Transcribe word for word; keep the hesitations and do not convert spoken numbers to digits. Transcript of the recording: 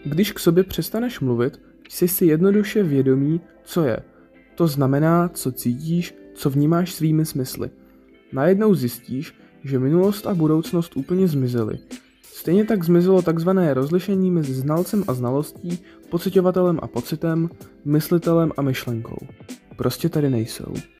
Když k sobě přestaneš mluvit, jsi si jednoduše vědomý, co je. To znamená, co cítíš, co vnímáš svými smysly. Najednou zjistíš, že minulost a budoucnost úplně zmizely. Stejně tak zmizelo takzvané rozlišení mezi znalcem a znalostí, pociťovatelem a pocitem, myslitelem a myšlenkou. Prostě tady nejsou.